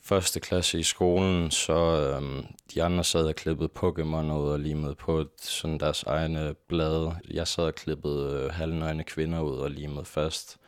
første klasse i skolen, så de andre sad og klippede Pokémon ud og limede på sådan deres egne blade. Jeg sad og klippede halvnøgne kvinder ud og limede fast.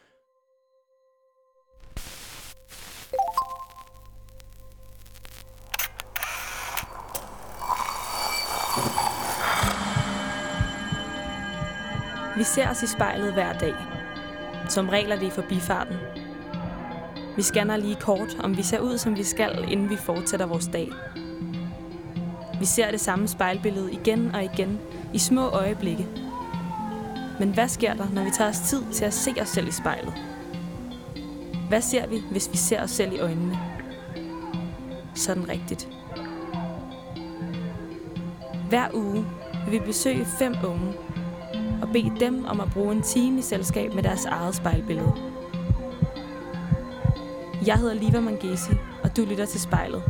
Vi ser os i spejlet hver dag. Som regel er det i forbifarten. Vi scanner lige kort, om vi ser ud, som vi skal, inden vi fortsætter vores dag. Vi ser det samme spejlbillede igen og igen, i små øjeblikke. Men hvad sker der, når vi tager os tid til at se os selv i spejlet? Hvad ser vi, hvis vi ser os selv i øjnene? Sådan rigtigt. Hver uge vil vi besøge 5 unge og bede dem om at bruge en time i selskab med deres eget spejlbillede. Jeg hedder Liva Mangesi, og du lytter til Spejlet.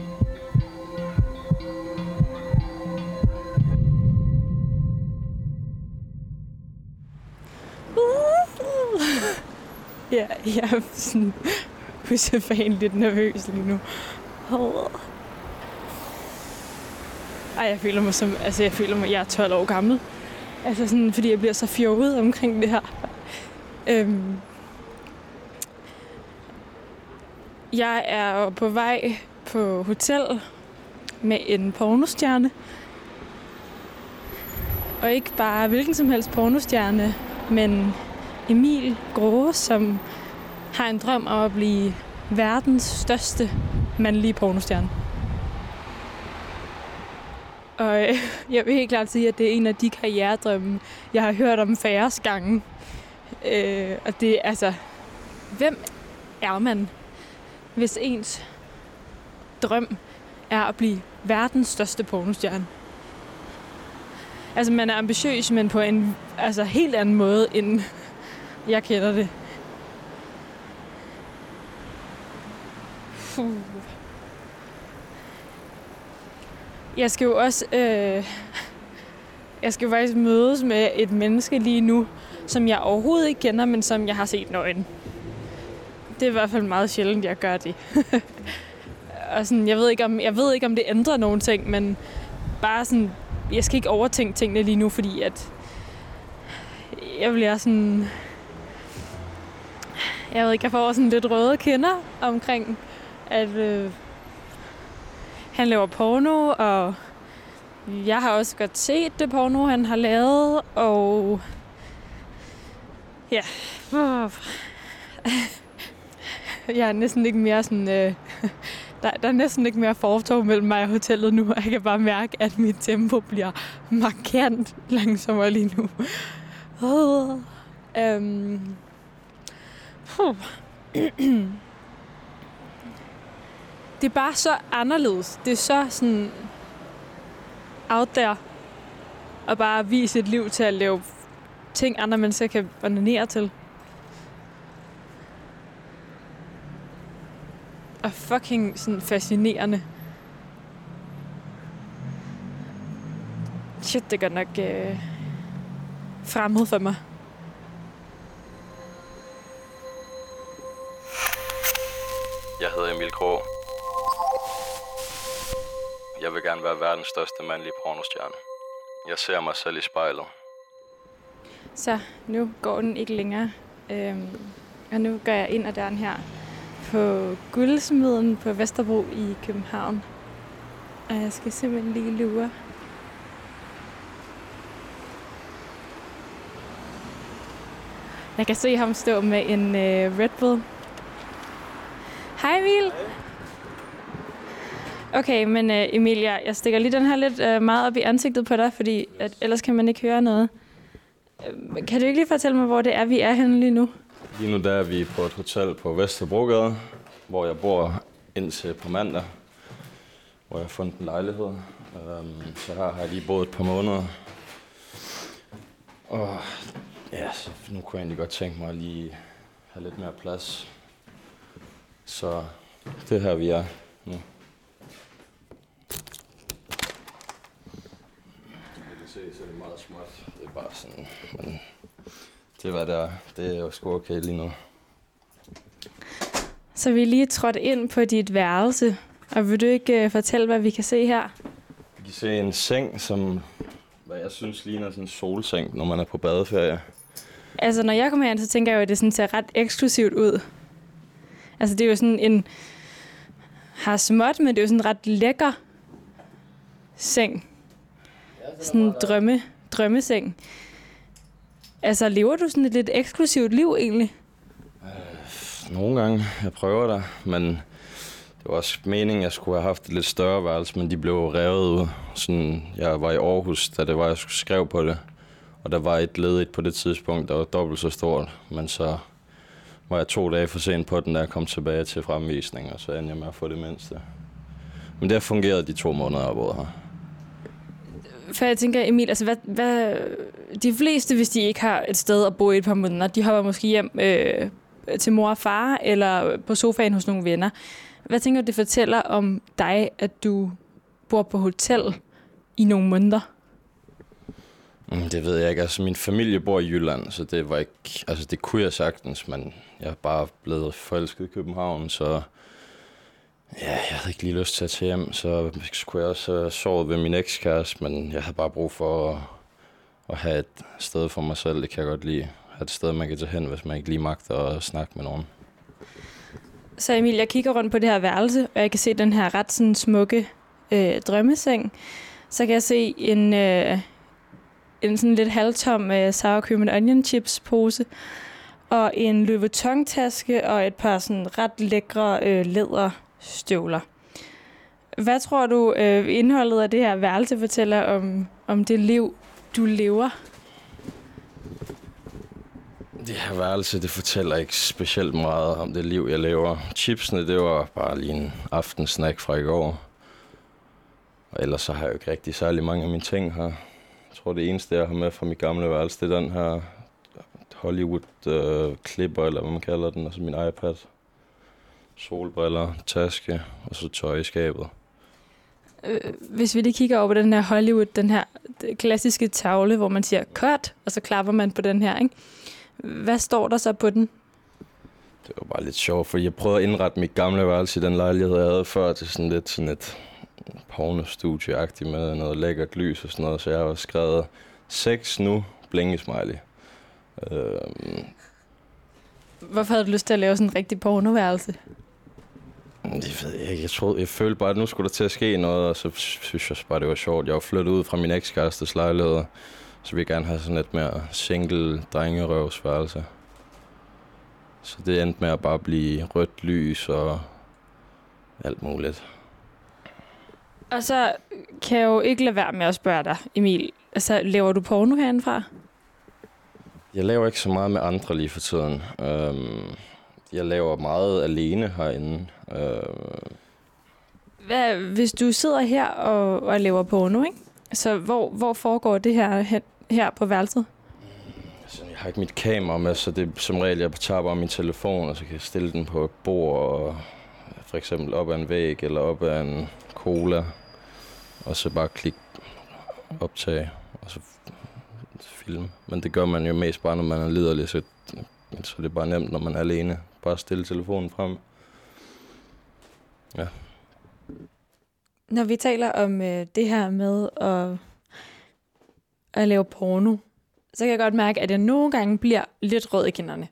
Ja, jeg er sådan usædvanligt nervøs lige nu. Ej, jeg føler mig jeg er 12 år gammel. Altså sådan, fordi jeg bliver så fjollet omkring det her. Jeg er på vej på hotel med en pornostjerne. Og ikke bare hvilken som helst pornostjerne, men Emil Grove, som har en drøm om at blive verdens største mandlige pornostjerne. Og jeg vil helt klart sige, at det er en af de karrieredrømme, jeg har hørt om færrest gange. Og det er altså, hvem er man, hvis ens drøm er at blive verdens største pornostjerne? Altså, man er ambitiøs, men på en helt anden måde, end jeg kender det. Jeg skal jo også jeg skal faktisk mødes med et menneske lige nu, som jeg overhovedet ikke kender, men som jeg har set nøgen. Det er i hvert fald meget sjældent, jeg gør det. Og sådan, jeg ved ikke, om det ændrer nogen ting, men bare sådan, jeg skal ikke overtænke tingene lige nu, fordi at jeg bliver sådan, jeg får sådan lidt røde kinder omkring, at han laver porno, og jeg har også godt set det porno, han har lavet, og ja, jeg er næsten ikke mere sådan, der er næsten ikke mere fortov mellem mig og hotellet nu, og jeg kan bare mærke, at mit tempo bliver markant langsommere lige nu. Det er bare så anderledes. Det er så sådan out there at bare vise et liv til at lave ting, andre mennesker kan onanere til. Og fucking sådan fascinerende. Shit, det gør nok fremmed for mig. Jeg hedder Emil Krog. Jeg vil gerne være verdens største mandlige pornostjerne. Jeg ser mig selv i spejlet. Så nu går den ikke længere. Og nu går jeg ind ad døren her på Guldsmeden på Vesterbro i København. Og jeg skal simpelthen lige lure. Jeg kan se ham stå med en Red Bull. Hej Emil. Okay, men Emil, jeg stikker lige den her lidt meget op i ansigtet på dig, fordi ellers kan man ikke høre noget. Kan du ikke lige fortælle mig, hvor det er, vi er henne lige nu? Lige nu der er vi på et hotel på Vesterbrogade, hvor jeg bor indtil på mandag, hvor jeg har fundet en lejlighed. Så her har jeg lige boet et par måneder. Og ja, så nu kunne jeg egentlig godt tænke mig at lige have lidt mere plads. Så det er her, vi er nu. Så er det meget småt. Det er bare sådan, men det er hvad det er. Det er jo sgu okay lige nu. Så vi er lige trådt ind på dit værelse, og vil du ikke fortælle, hvad vi kan se her? Vi kan se en seng, som hvad jeg synes ligner sådan en solseng, når man er på badeferie. Altså, når jeg kommer herind, så tænker jeg jo, at det sådan ser ret eksklusivt ud. Altså, det er jo sådan en... har småt, men det er jo sådan en ret lækker seng. Sådan en drømmeseng. Altså, lever du sådan et lidt eksklusivt liv egentlig? Nogle gange. Jeg prøver der, men det var også meningen, at jeg skulle have haft et lidt større værelse, men de blev revet ud. Sådan, jeg var i Aarhus, da det var, jeg skulle skrive på det. Og der var et ledigt på det tidspunkt, der var dobbelt så stort. Men så var jeg 2 dage for sent på den, da jeg kom tilbage til fremvisning, og så endte jeg med at få det mindste. Men det har fungeret de 2 måneder, jeg boede her. For jeg tænker, Emil, altså hvad de fleste, hvis de ikke har et sted at bo i et par måneder, de hopper måske hjem til mor og far, eller på sofaen hos nogle venner. Hvad tænker du, det fortæller om dig, at du bor på hotel i nogle måneder? Det ved jeg ikke. Altså, min familie bor i Jylland, så det var ikke... Altså, det kunne jeg sagtens, men jeg er bare blevet forelsket i København, så... Ja, jeg havde ikke lige lyst til at tage hjem, så skulle jeg også sovet ved min ekskæreste, men jeg havde bare brug for at have et sted for mig selv. Det kan jeg godt lide. Have et sted, man kan tage hen, hvis man ikke lige magter at snakke med nogen. Så Emil, jeg kigger rundt på det her værelse, og jeg kan se den her ret sådan smukke drømmeseng. Så kan jeg se en sådan lidt halvtom sour cream and onion chips pose, og en Louis Vuitton-taske og et par sådan ret lækre læderstøvler. Hvad tror du indholdet af det her værelse fortæller om det liv, du lever? Det her værelse, det fortæller ikke specielt meget om det liv, jeg lever. Chipsene, det var bare lige en aftensnack fra i går. Og ellers så har jeg jo ikke rigtig særlig mange af mine ting her. Jeg tror, det eneste, jeg har med fra mit gamle værelse, det er den her Hollywood-klipper, eller hvad man kalder den, og så min iPad. Solbriller, taske, og så tøj i skabet. Hvis vi lige kigger over på den her Hollywood, den her klassiske tavle, hvor man siger cut, og så klapper man på den her, ikke? Hvad står der så på den? Det var bare lidt sjovt, for jeg prøvede at indrette mit gamle værelse i den lejlighed, jeg havde før, til sådan lidt sådan et pornostudie-agtigt med noget lækkert lys og sådan noget, så jeg har skrevet 6 nu, blinkesmiley. Hvorfor havde du lyst til at lave sådan en rigtig pornoværelse? Det ved jeg ikke. Jeg følte bare, at nu skulle der til at ske noget, og så synes jeg bare, det var sjovt. Jeg var flyttet ud fra min ekskærestes lejlighed, så ville jeg gerne have sådan lidt mere single drengerøvsværelse. Så det endte med at bare blive rødt lys og alt muligt. Og så kan jeg jo ikke lade være med at spørge dig, Emil. Altså, laver du porno herindefra? Jeg laver ikke så meget med andre lige for tiden. Jeg laver meget alene herinde. Hvis du sidder her og laver porno, ikke? Så hvor foregår det her på værelset? Altså, jeg har ikke mit kamera med, så det er som regel, jeg tager bare min telefon, og så kan jeg stille den på et bord, og for eksempel op ad en væg eller op ad en cola, og så bare klikke optag, og så filme. Men det gør man jo mest bare, når man er liderlig, så det er bare nemt, når man er alene. Bare stille telefonen frem. Ja. Når vi taler om det her med at lave porno, så kan jeg godt mærke, at jeg nogle gange bliver lidt rød i kinderne.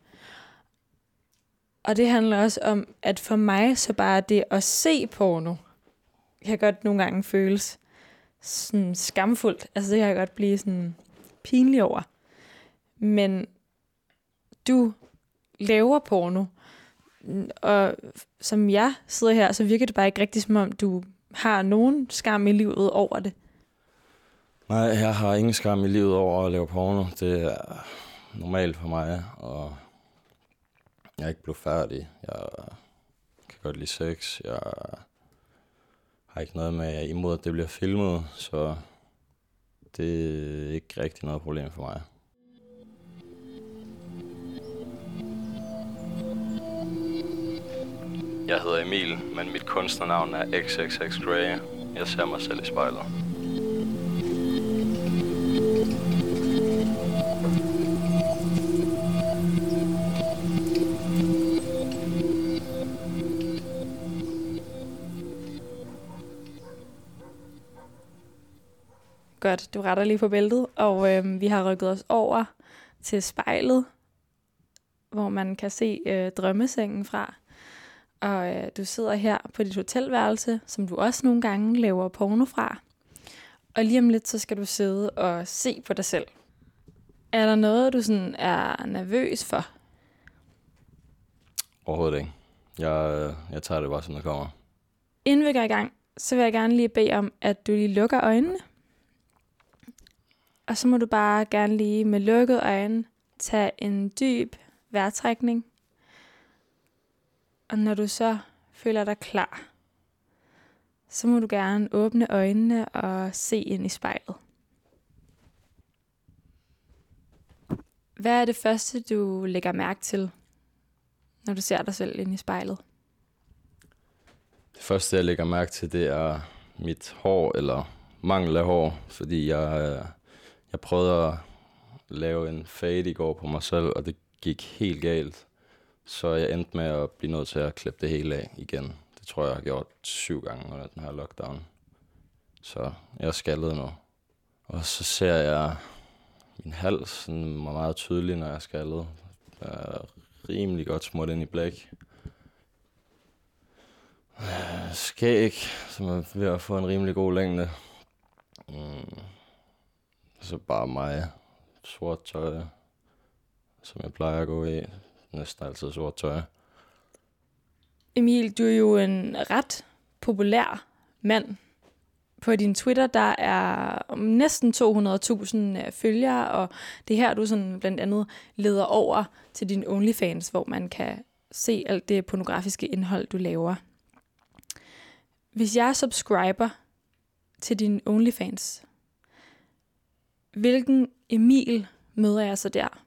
Og det handler også om, at for mig så bare det at se porno, kan godt nogle gange føles sådan skamfuldt. Altså det kan jeg godt blive sådan pinlig over. Men du laver porno, og som jeg sidder her, så virker det bare ikke rigtig som om, du har nogen skam i livet over det. Nej, jeg har ingen skam i livet over at lave porno. Det er normalt for mig, og jeg er ikke blevet færdig. Jeg kan godt lide sex. Jeg har ikke noget med imod, at det bliver filmet, så det er ikke rigtig noget problem for mig. Jeg hedder Emil, men mit kunstnernavn er XXX-Grey. Jeg ser mig selv i spejlet. Godt, du retter lige på bæltet, og vi har rykket os over til spejlet, hvor man kan se drømmesengen fra. Og du sidder her på dit hotelværelse, som du også nogle gange laver porno fra. Og lige om lidt, så skal du sidde og se på dig selv. Er der noget, du sådan er nervøs for? Overhovedet ikke. Jeg tager det bare, som det kommer. Inden vi går i gang, så vil jeg gerne lige bede om, at du lige lukker øjnene. Og så må du bare gerne lige med lukkede øjne tage en dyb vejrtrækning. Og når du så føler dig klar, så må du gerne åbne øjnene og se ind i spejlet. Hvad er det første, du lægger mærke til, når du ser dig selv ind i spejlet? Det første, jeg lægger mærke til, det er mit hår, eller mangel af hår. Fordi jeg prøvede at lave en fade i går på mig selv, og det gik helt galt. Så jeg endte med at blive nødt til at klippe det hele af igen. Det tror jeg har gjort 7 gange under den her lockdown. Så jeg er skaldet nu. Og så ser jeg min hals sådan meget tydelig, når jeg er skaldet. Jeg er rimelig godt smurt ind i blæk. Skæg, som er ved at få en rimelig god længde. Så bare mig. Sort tøj, som jeg plejer at gå i. Næsten altid sort tøj. Emil, du er jo en ret populær mand. På din Twitter, der er næsten 200.000 følgere, og det er her, du sådan blandt andet leder over til din OnlyFans, hvor man kan se alt det pornografiske indhold, du laver. Hvis jeg subscriber til din OnlyFans, hvilken Emil møder jeg så der?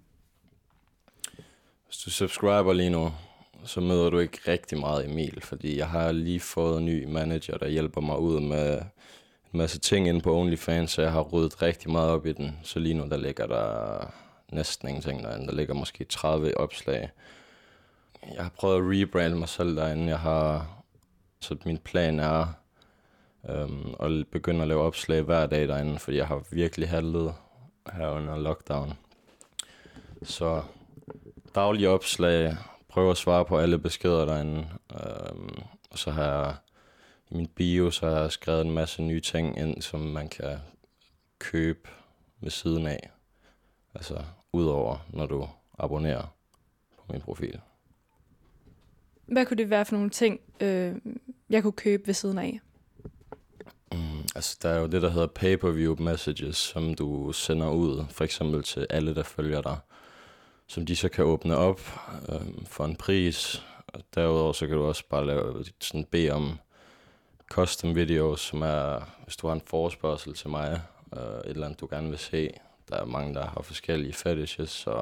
Hvis du subscriber lige nu, så møder du ikke rigtig meget Emil, fordi jeg har lige fået en ny manager, der hjælper mig ud med en masse ting inde på OnlyFans, så jeg har ryddet rigtig meget op i den. Så lige nu, der ligger der næsten ingenting derinde. Der ligger måske 30 opslag. Jeg har prøvet at rebrande mig selv derinde. Så min plan er at begynde at lave opslag hver dag derinde, fordi jeg har virkelig handlet her under lockdown. Så daglige opslag, prøver at svare på alle beskeder derinde. Og så har jeg i min bio, så har jeg skrevet en masse nye ting ind, som man kan købe ved siden af. Altså udover, når du abonnerer på min profil. Hvad kunne det være for nogle ting, jeg kunne købe ved siden af? Altså, der er jo det, der hedder pay-per-view messages, som du sender ud, for eksempel til alle, der følger dig, som de så kan åbne op for en pris. Og derudover så kan du også bare bede om custom videos, som er, hvis du har en forespørgsel til mig, et eller andet, du gerne vil se. Der er mange, der har forskellige fetishes, så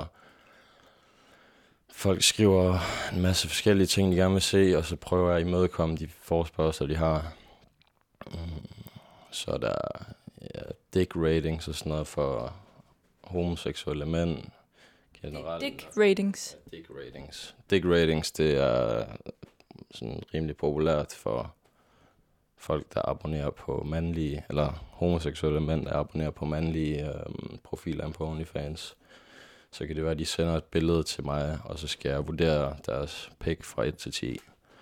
folk skriver en masse forskellige ting, de gerne vil se, og så prøver jeg at imødekomme de forespørgsler, de har. Så er der dick ratings og sådan noget for homoseksuelle mænd. Generelt. Dick ratings. Ja, dick ratings. Dick ratings, det er sådan rimelig populært for folk, der abonnerer på mandlige, eller homoseksuelle mænd, der abonnerer på mandlige profiler på OnlyFans. Så kan det være, at de sender et billede til mig, og så skal jeg vurdere deres pic fra 1 til 10.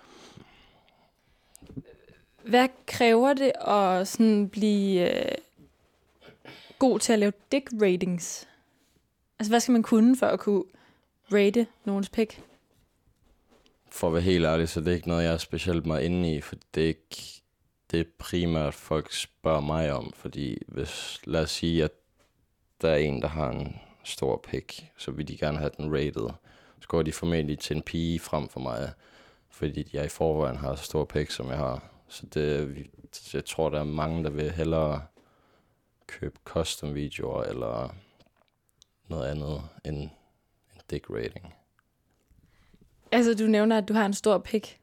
Hvad kræver det at sådan blive god til at lave dick ratings? Altså, hvad skal man kunne for at kunne rate nogens pic? For at være helt ærlig, så det er ikke noget, jeg er specielt meget inde i, for det er primært, folk spørger mig om. Fordi lad os sige, at der er en, der har en stor pic, så vil de gerne have den rated. Så går de formentlig til en pige frem for mig, fordi jeg i forvejen har så stor pic, som jeg har. Så jeg tror, der er mange, der vil hellere købe custom videoer eller noget andet end en dick rating. Altså, du nævner, at du har en stor pik.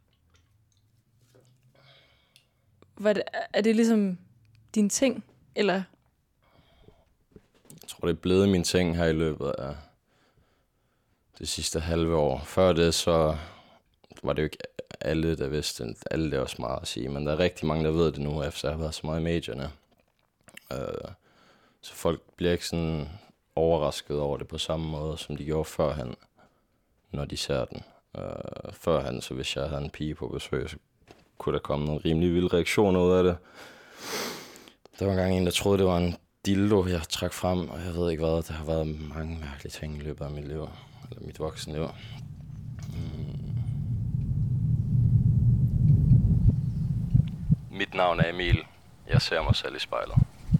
Er det ligesom din ting, eller? Jeg tror, det er blevet min ting her i løbet af det sidste halve år. Før det, så var det jo ikke alle, der vidste det. Alle, det er også meget at sige, men der er rigtig mange, der ved det nu, efter jeg har været så meget i medierne. Så folk bliver ikke sådan overrasket over det på samme måde, som de gjorde førhen, når de ser den. Førhen, så hvis jeg havde en pige på besøg, så kunne der komme nogle rimelig vilde reaktioner ud af det. Der var engang en, der troede, det var en dildo, jeg trak frem, og jeg ved ikke hvad. Der har været mange mærkelige ting i løbet af mit liv, eller mit voksenliv. Mit navn er Emil. Jeg ser mig selv i spejlet.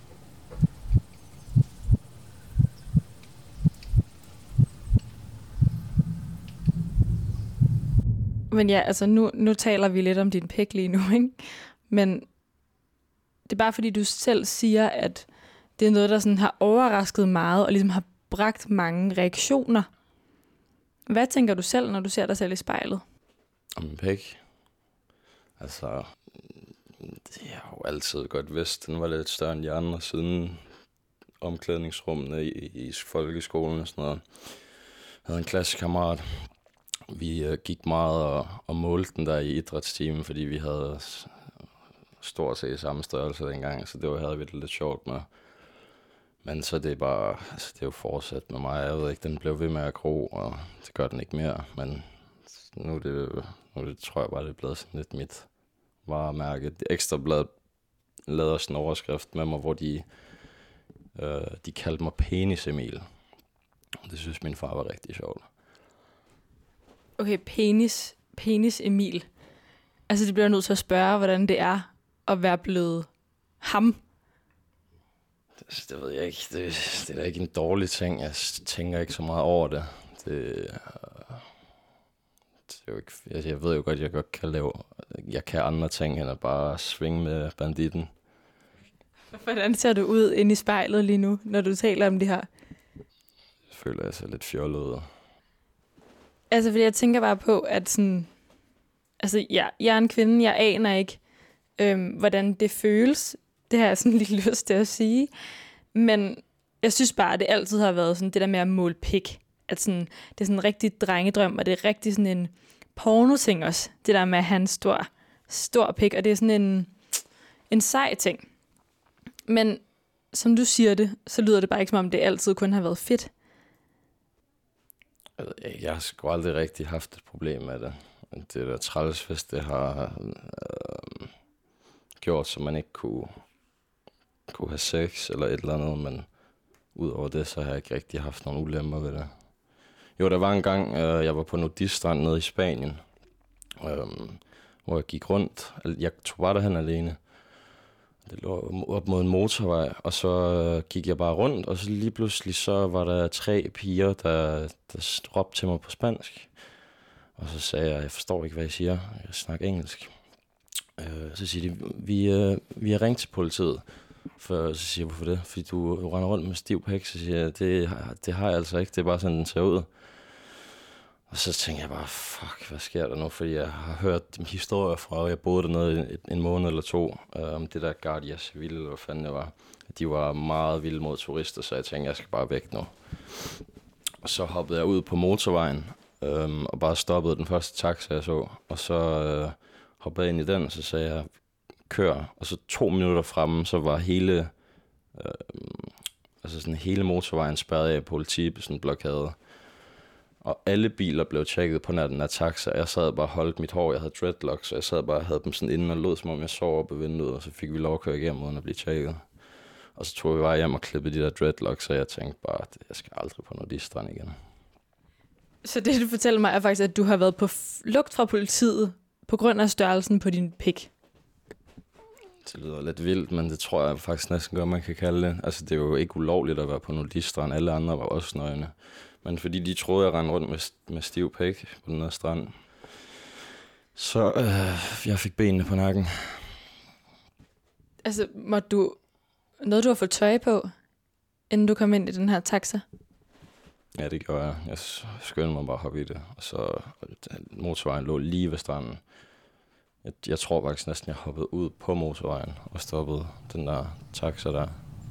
Men ja, altså nu taler vi lidt om din pik lige nu, ikke? Men det er bare fordi, du selv siger, at det er noget, der sådan har overrasket meget, og ligesom har bragt mange reaktioner. Hvad tænker du selv, når du ser dig selv i spejlet? Om min pik? Altså, jeg har jo altid godt vidst, den var lidt større end de andre, siden omklædningsrummene i folkeskolen og sådan noget. Jeg havde en klassekammerat. Vi gik meget og målte den der i idrætstimen, fordi vi havde stort set samme størrelse dengang, så det havde vi det lidt sjovt med. Men så det er bare, altså det er jo fortsat med mig. Jeg ved ikke, den blev ved med at gro, og det gør den ikke mere. Men nu tror jeg bare, det er blevet sådan lidt mit varemærke. Ekstrabladet lavede også en overskrift med mig, hvor de kaldte mig Penis Emil. Det synes min far var rigtig sjovt. Okay, penis Emil. Altså, det bliver nødt til at spørge, hvordan det er at være blevet ham. Det ved jeg ikke. Det er da ikke en dårlig ting. Jeg tænker ikke så meget over det. Det er jo ikke, jeg ved jo godt, jeg godt kan lave. Jeg kan andre ting end at bare svinge med banditten. Hvordan ser du ud inde i spejlet lige nu, når du taler om det her? Jeg føler, jeg ser lidt fjollet ud. Altså, fordi jeg tænker bare på, at sådan... Altså, jeg er en kvinde, jeg aner ikke, hvordan det føles. Det har jeg sådan lidt lyst til at sige. Men jeg synes bare, at det altid har været sådan det der med at måle pik. At sådan, det er sådan en rigtig drengedrøm, og det er rigtig sådan en porno-ting også. Det der med at have en stor pik, og det er sådan en sej ting. Men som du siger det, så lyder det bare ikke som om, det altid kun har været fedt. Jeg har sgu aldrig rigtig haft et problem med det. Det der trælsfest, det har gjort, så man ikke kunne have sex eller et eller andet, men udover det, så har jeg ikke rigtig haft nogen ulemper ved det. Jo, der var en gang, jeg var på nudiststrand nede i Spanien, hvor jeg gik rundt. Jeg tog bare derhen alene. Det lå op mod en motorvej, og så gik jeg bare rundt, og så lige pludselig så var der 3 piger, der råbte til mig på spansk. Og så sagde jeg forstår ikke, hvad jeg siger. Jeg snakker engelsk. Så siger de, vi har ringt til politiet. Så siger jeg, hvorfor det? Fordi du render rundt med stiv pæk. Så siger jeg, det har jeg altså ikke. Det er bare sådan, den ser ud. Og så tænker jeg bare, fuck, hvad sker der nu? Fordi jeg har hørt historier fra, og jeg boede dernede en måned eller 2, om det der Guardia Civil, eller hvad fanden det var. De var meget vilde mod turister, så jeg tænkte, jeg skal bare væk nu. Og så hoppede jeg ud på motorvejen, og bare stoppede den første taxa, jeg så. Og så hoppede jeg ind i den, og så sagde jeg, kør. Og så 2 minutter fremme, så var hele motorvejen spærret af politi, sådan en blokade. Og alle biler blev tjekket på den her taxa. Jeg sad bare og holdt mit hår. Jeg havde dreadlocks, så jeg sad bare og havde dem sådan inden og lød, som om jeg sov op i vinduet. Og så fik vi lov at køre igennem, uden at blive tjekket. Og så tog vi bare hjem og klippede de der dreadlocks, og jeg tænkte bare, at jeg skal aldrig på nudiststrand igen. Så det, du fortæller mig, er faktisk, at du har været på flugt fra politiet på grund af størrelsen på din pik. Det lyder lidt vildt, men det tror jeg faktisk næsten godt, man kan kalde det. Altså, det er jo ikke ulovligt at være på nudiststrand. Alle andre var også nøgne. Men fordi de troede, jeg rendte rundt med stiv pæk på den der strand. Så jeg fik benene på nakken. Altså, måtte du... Noget, du har fået tøj på, inden du kom ind i den her taxa? Ja, det gjorde jeg. Jeg skyndte mig bare at hoppe i det. Og så motorvejen lå lige ved stranden. Jeg tror faktisk næsten, jeg hoppede ud på motorvejen og stoppede den der taxa der.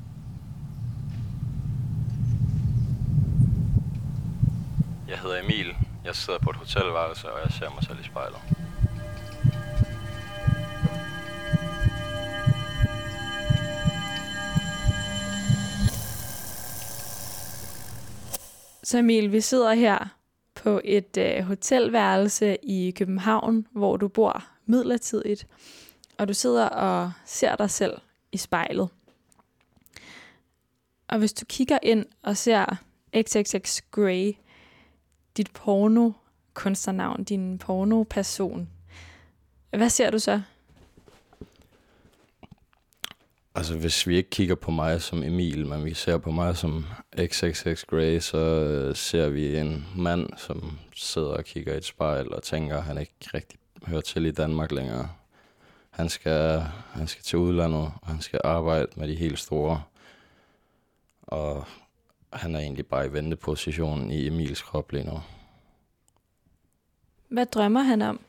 Jeg hedder Emil. Jeg sidder på et hotelværelse, og jeg ser mig selv i spejlet. Så Emil, vi sidder her på et hotelværelse i København, hvor du bor midlertidigt, og du sidder og ser dig selv i spejlet. Og hvis du kigger ind og ser XXX Grey, dit porno-kunstnernavn, din porno-person, hvad ser du så? Altså, hvis vi ikke kigger på mig som Emil, men vi ser på mig som XXX Grey, så ser vi en mand, som sidder og kigger i et spejl og tænker, at han ikke rigtig hører til i Danmark længere. Han skal til udlandet, og han skal arbejde med de helt store. Og han er egentlig bare i ventepositionen i Emils krop lige nu. Hvad drømmer han om?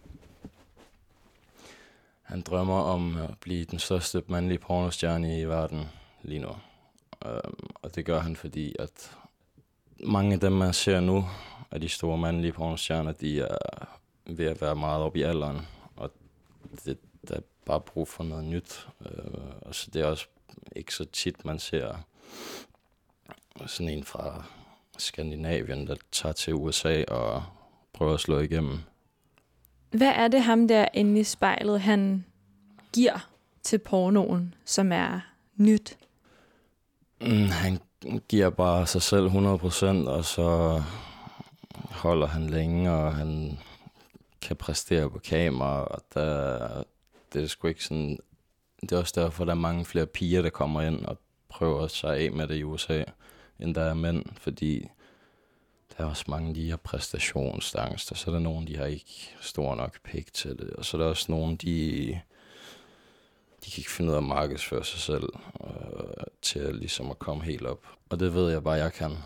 Han drømmer om at blive den største mandlige pornostjerne i verden lige nu. Og det gør han, fordi at mange af dem, man ser nu, af de store mandlige pornostjerner, de er ved at være meget oppe i alderen. Og der er bare brug for noget nyt. Og så det er også ikke så tit, man ser sådan en fra Skandinavien, der tager til USA og prøver at slå igennem. Hvad er det ham der inde i spejlet, han giver til pornoen, som er nyt? Han giver bare sig selv 100%, og så holder han længe, og han kan præstere på kamera, og det er sgu ikke sådan. Det er også derfor, der er mange flere piger, der kommer ind og prøver sig af med det i USA, end der er mænd, fordi der er også mange, de har præstationsangst, og så er der nogen, de har ikke stor nok pik til det, og så er der også nogen, de kan ikke finde ud af at markedsføre sig selv til ligesom at komme helt op. Og det ved jeg bare, jeg kan.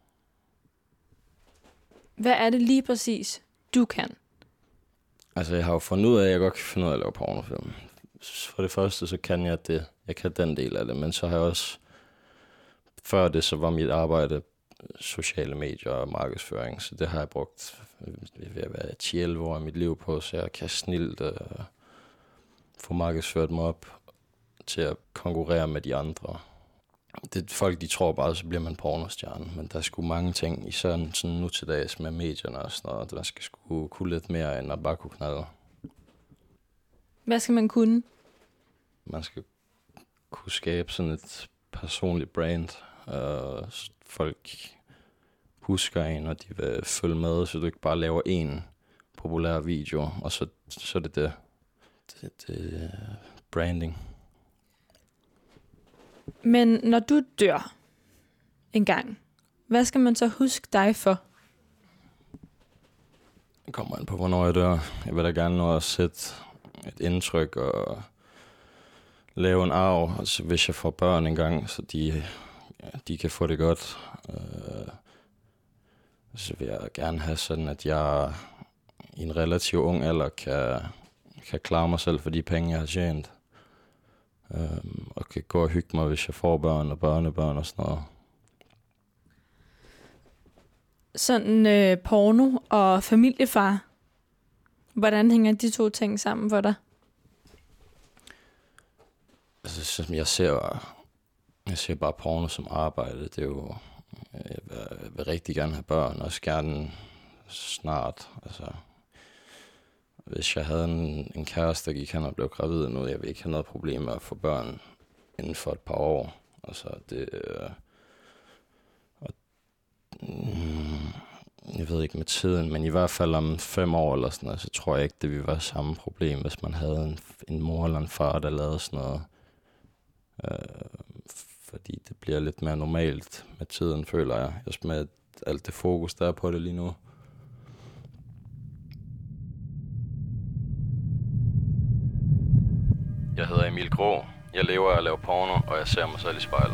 Hvad er det lige præcis, du kan? Altså, jeg har jo fundet ud af, at jeg godt kan finde ud af at lave pornofilm. For det første, så kan jeg det. Jeg kan den del af det, men så har jeg også. Før det, så var mit arbejde sociale medier og markedsføring, så det har jeg brugt ved at være 10-11 år i mit liv på, så jeg kan snilt få markedsført mig op til at konkurrere med de andre. Det folk, de tror bare, så bliver man pornostjerne, men der er sgu mange ting, især sådan nu til dags med medierne og sådan noget, der skal sgu kunne lidt mere, end at bare kunne knalde. Hvad skal man kunne? Man skal kunne skabe sådan et personligt brand, folk husker en, og de vil følge med, så du ikke bare laver en populær video, og så er det branding. Men når du dør en gang, hvad skal man så huske dig for? Det kommer an på, hvornår jeg dør. Jeg vil da gerne nå at sætte et indtryk og lave en arv, altså hvis jeg får børn engang, så de kan få det godt. Så vil jeg gerne have sådan, at jeg i en relativt ung alder kan klare mig selv for de penge, jeg har tjent. Og kan gå og hygge mig, hvis jeg får børn og børnebørn og sådan noget. Sådan porno og familiefar. Hvordan hænger de to ting sammen for dig? Altså, jeg ser bare porno som arbejde. Det er jo, jeg vil rigtig gerne have børn, også gerne snart. Altså, hvis jeg havde en kæreste, der gik hen og blev gravid nu, jeg vil ikke have noget problem med at få børn inden for et par år. Altså, jeg ved ikke med tiden, men i hvert fald om 5 år eller sådan noget, så tror jeg ikke, det ville være samme problem, hvis man havde en mor eller en far, der lavede sådan noget. Fordi det bliver lidt mere normalt med tiden, føler jeg. Også med alt det fokus, der er på det lige nu. Jeg hedder Emil Grå. Jeg lever af at lave porno, og jeg ser mig selv i spejlet.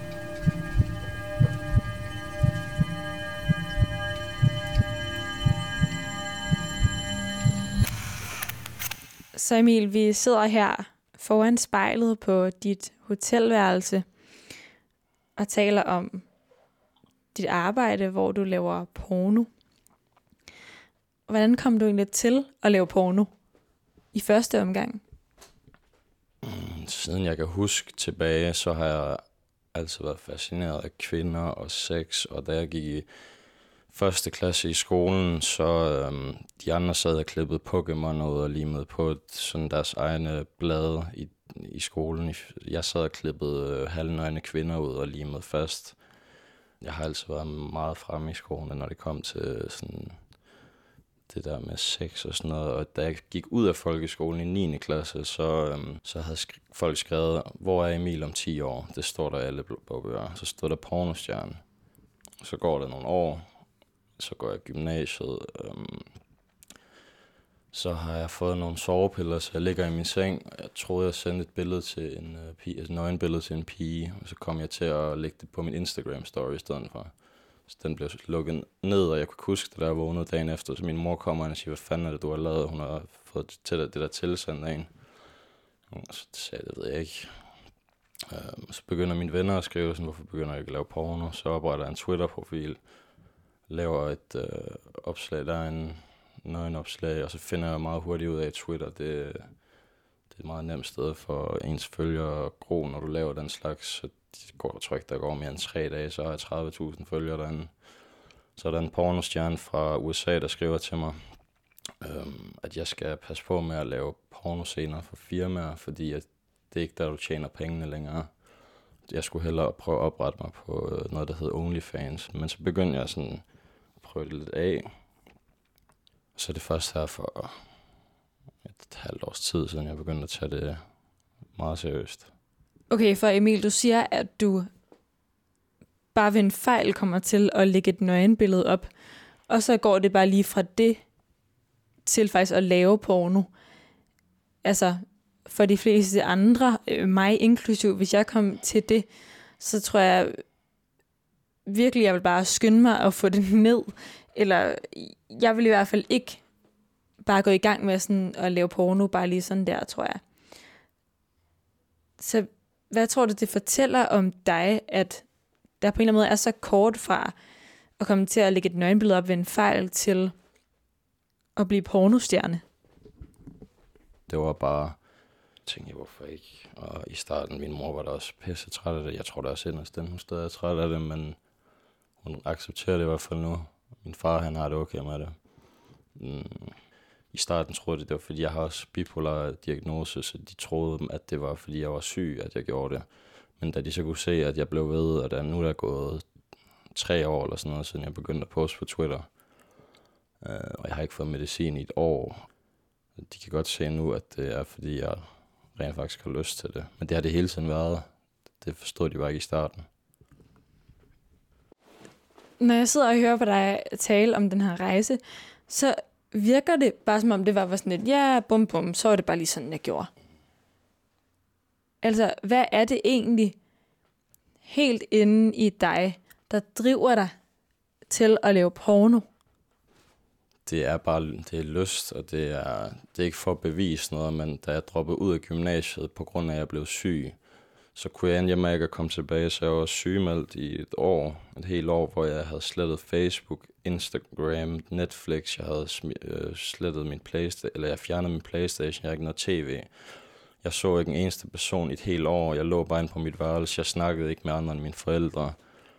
Så Emil, vi sidder her foran spejlet på dit hotelværelse og taler om dit arbejde, hvor du laver porno. Hvordan kom du egentlig til at lave porno i første omgang? Siden jeg kan huske tilbage, så har jeg altid været fascineret af kvinder og sex, og da jeg gik i første klasse i skolen, så de andre sad og klippede Pokémon ud og limede på sådan deres egne blade i skolen. Jeg sad og klippede halvnøgne kvinder ud og limede fast. Jeg har altid været meget fremme i skolen, når det kom til sådan det der med sex og sådan noget. Og da jeg gik ud af folkeskolen i 9. klasse, så havde folk skrevet, hvor er Emil om 10 år? Det står der i alle bøger. Så stod der pornostjerne. Så går der nogle år, så går jeg i gymnasiet. Så har jeg fået nogle sovepiller, så jeg ligger i min seng. Jeg troede, jeg sendte et billede til en pige, et nøgenbillede til en pige, og så kom jeg til at lægge det på min Instagram-story i stedet for. Så den blev lukket ned, og jeg kunne huske det, da jeg vågnede dagen efter. Så min mor kommer og siger, hvad fanden er det, du har lavet? Hun har fået det der tilsendt af en. Og så sagde jeg, det ved jeg ikke. Så begynder mine venner at skrive, sådan, hvorfor begynder jeg ikke at lave porno? Så opretter jeg en Twitter-profil, laver et opslag, der er en nøgenopslag, og så finder jeg meget hurtigt ud af, at Twitter, det er et meget nemt sted for ens følgere at gro, når du laver den slags. Så der går mere end 3 dage, så har jeg 30.000 følgere derinde. Så er der en pornostjerne fra USA, der skriver til mig, at jeg skal passe på med at lave pornoscener for firmaer, fordi at det er ikke der, du tjener pengene længere. Jeg skulle hellere prøve at oprette mig på noget, der hedder OnlyFans. Men så begyndte jeg sådan at prøve det lidt af. Så er det først her for et halvt års tid siden, jeg begyndte at tage det meget seriøst. Okay, for Emil, du siger, at du bare ved en fejl kommer til at lægge et nøgenbillede op, og så går det bare lige fra det til faktisk at lave porno. Altså, for de fleste andre, mig inklusiv, hvis jeg kom til det, så tror jeg virkelig, jeg vil bare skynde mig at få det ned. Eller jeg vil i hvert fald ikke bare gå i gang med sådan at lave porno, bare lige sådan der, tror jeg. Så hvad tror du, det fortæller om dig, at der på en eller anden måde er så kort fra at komme til at lægge et nøgenbillede op ved en fejl til at blive pornostjerne? Det var bare, jeg tænkte, hvorfor ikke? Og i starten, min mor var da også pisse træt af det. Jeg tror da også inderst den, hun stadig er træt af det, men hun accepterer det i hvert fald nu. Min far, han har det okay med det. I starten troede de, det var, fordi jeg har også bipolar diagnose, så de troede, at det var, fordi jeg var syg, at jeg gjorde det. Men da de så kunne se, at jeg blev ved, og nu er der gået 3 år eller sådan noget, siden jeg begyndte at poste på Twitter, og jeg har ikke fået medicin i et år. De kan godt se nu, at det er, fordi jeg rent faktisk har lyst til det. Men det har det hele tiden været. Det forstod de bare ikke i starten. Når jeg sidder og hører på dig tale om den her rejse, så virker det bare som om det var sådan et, ja, bum bum, så var det bare lige sådan, jeg gjorde. Altså, hvad er det egentlig helt inde i dig, der driver dig til at lave porno? Det er bare det er lyst, og det er ikke for at bevise noget, men da jeg droppede ud af gymnasiet på grund af, at jeg blev syg, så kunne jeg endelig med ikke at komme tilbage, så jeg var sygemeldt i et helt år, hvor jeg havde slettet Facebook, Instagram, Netflix, jeg havde slettet min PlayStation, eller jeg fjernede min PlayStation, jeg havde ikke noget tv. Jeg så ikke en eneste person i et helt år, jeg lå bare inde på mit værelse, jeg snakkede ikke med andre end mine forældre.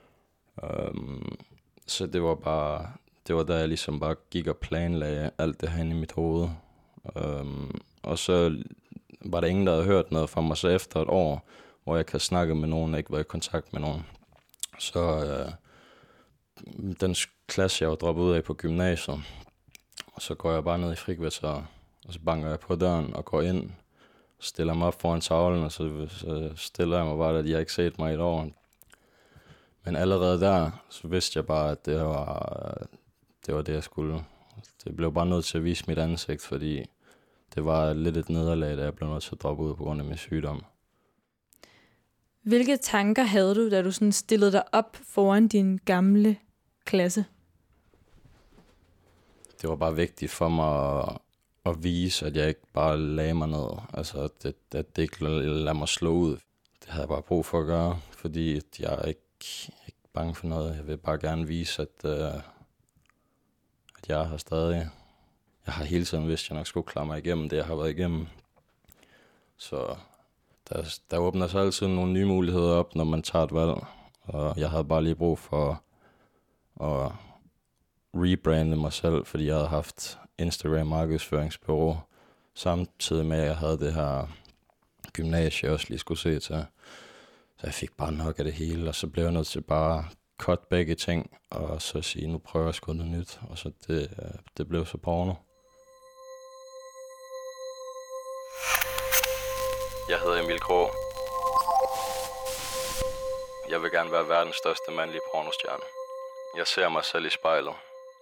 Så det var da jeg ligesom bare gik og planlagde alt det her inde i mit hoved. Og så var der ingen, der havde hørt noget fra mig, så efter et år, hvor jeg kan snakke med nogen, og ikke være i kontakt med nogen. Så den klasse, jeg var droppet ud af på gymnasiet, og så går jeg bare ned i frikvarteret, og så banker jeg på døren og går ind, stiller mig op foran tavlen, og så stiller jeg mig bare, at de har ikke set mig i et år. Men allerede der, så vidste jeg bare, at det var det, jeg skulle. Det blev bare nødt til at vise mit ansigt, fordi det var lidt et nederlag, da jeg blev nødt til at droppe ud på grund af min sygdom. Hvilke tanker havde du, da du sådan stillede dig op foran din gamle klasse? Det var bare vigtigt for mig at vise, at jeg ikke bare lagde mig ned. Altså, at det ikke lader mig slå ud. Det havde jeg bare brug for at gøre, fordi jeg er ikke bange for noget. Jeg vil bare gerne vise, at jeg er her stadig. Jeg har hele tiden vidst, at jeg nok skulle klare mig igennem det, jeg har været igennem. Så der åbner sig altid nogle nye muligheder op, når man tager et valg. Og jeg havde bare lige brug for at rebrande mig selv, fordi jeg havde haft Instagram markedsføringsbureau, samtidig med, at jeg havde det her gymnasie, jeg også lige skulle se til. Så jeg fik bare nok af det hele, og så blev jeg nødt til bare cut begge ting, og så sige, nu prøver jeg sgu noget nyt. Og så det blev så porno. Jeg hedder Emil Krog. Jeg vil gerne være verdens største mandlige pornostjerne. Jeg ser mig selv i spejlet.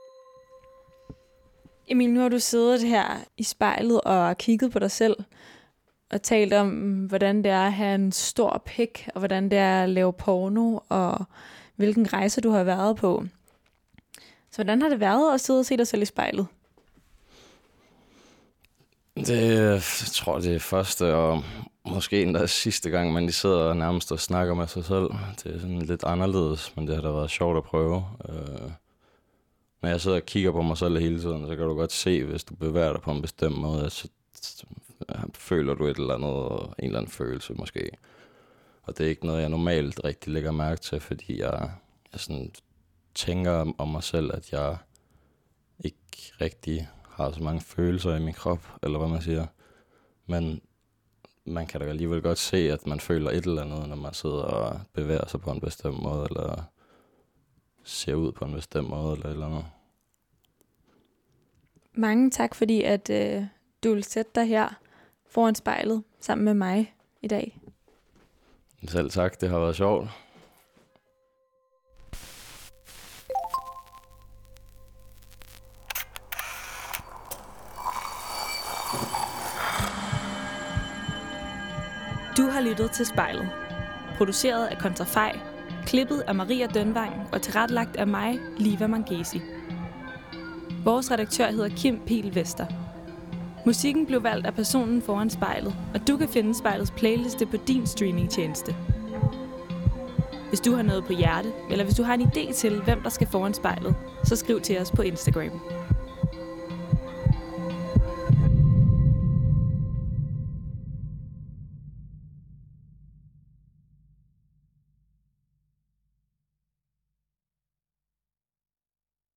Emil, nu har du siddet her i spejlet og kigget på dig selv og talt om, hvordan det er at have en stor pik, og hvordan det er at lave porno, og hvilken rejse du har været på. Så hvordan har det været at sidde og se dig selv i spejlet? Jeg tror, det er første og måske endda sidste gang, man sidder og nærmest og snakker med sig selv. Det er sådan lidt anderledes, men det har da været sjovt at prøve. Når jeg sidder og kigger på mig selv hele tiden, så kan du godt se, hvis du bevæger dig på en bestemt måde, så føler du et eller andet, en eller anden følelse måske. Og det er ikke noget, jeg normalt rigtig lægger mærke til, fordi jeg sådan tænker om mig selv, at jeg ikke rigtig har så mange følelser i min krop, eller hvad man siger. Men man kan da alligevel godt se, at man føler et eller andet, når man sidder og bevæger sig på en bestemt måde, eller ser ud på en bestemt måde, eller et eller andet. Mange tak, fordi at du vil sætte dig her foran spejlet sammen med mig i dag. Selv tak, det har været sjovt. Du har lyttet til Spejlet. Produceret af Kontrafej, klippet af Maria Dønvang og tilrettelagt af mig, Liva Mangesi. Vores redaktør hedder Kim Pihl Vester. Musikken blev valgt af personen foran spejlet, og du kan finde Spejlets playliste på din streamingtjeneste. Hvis du har noget på hjerte, eller hvis du har en idé til, hvem der skal foran spejlet, så skriv til os på Instagram.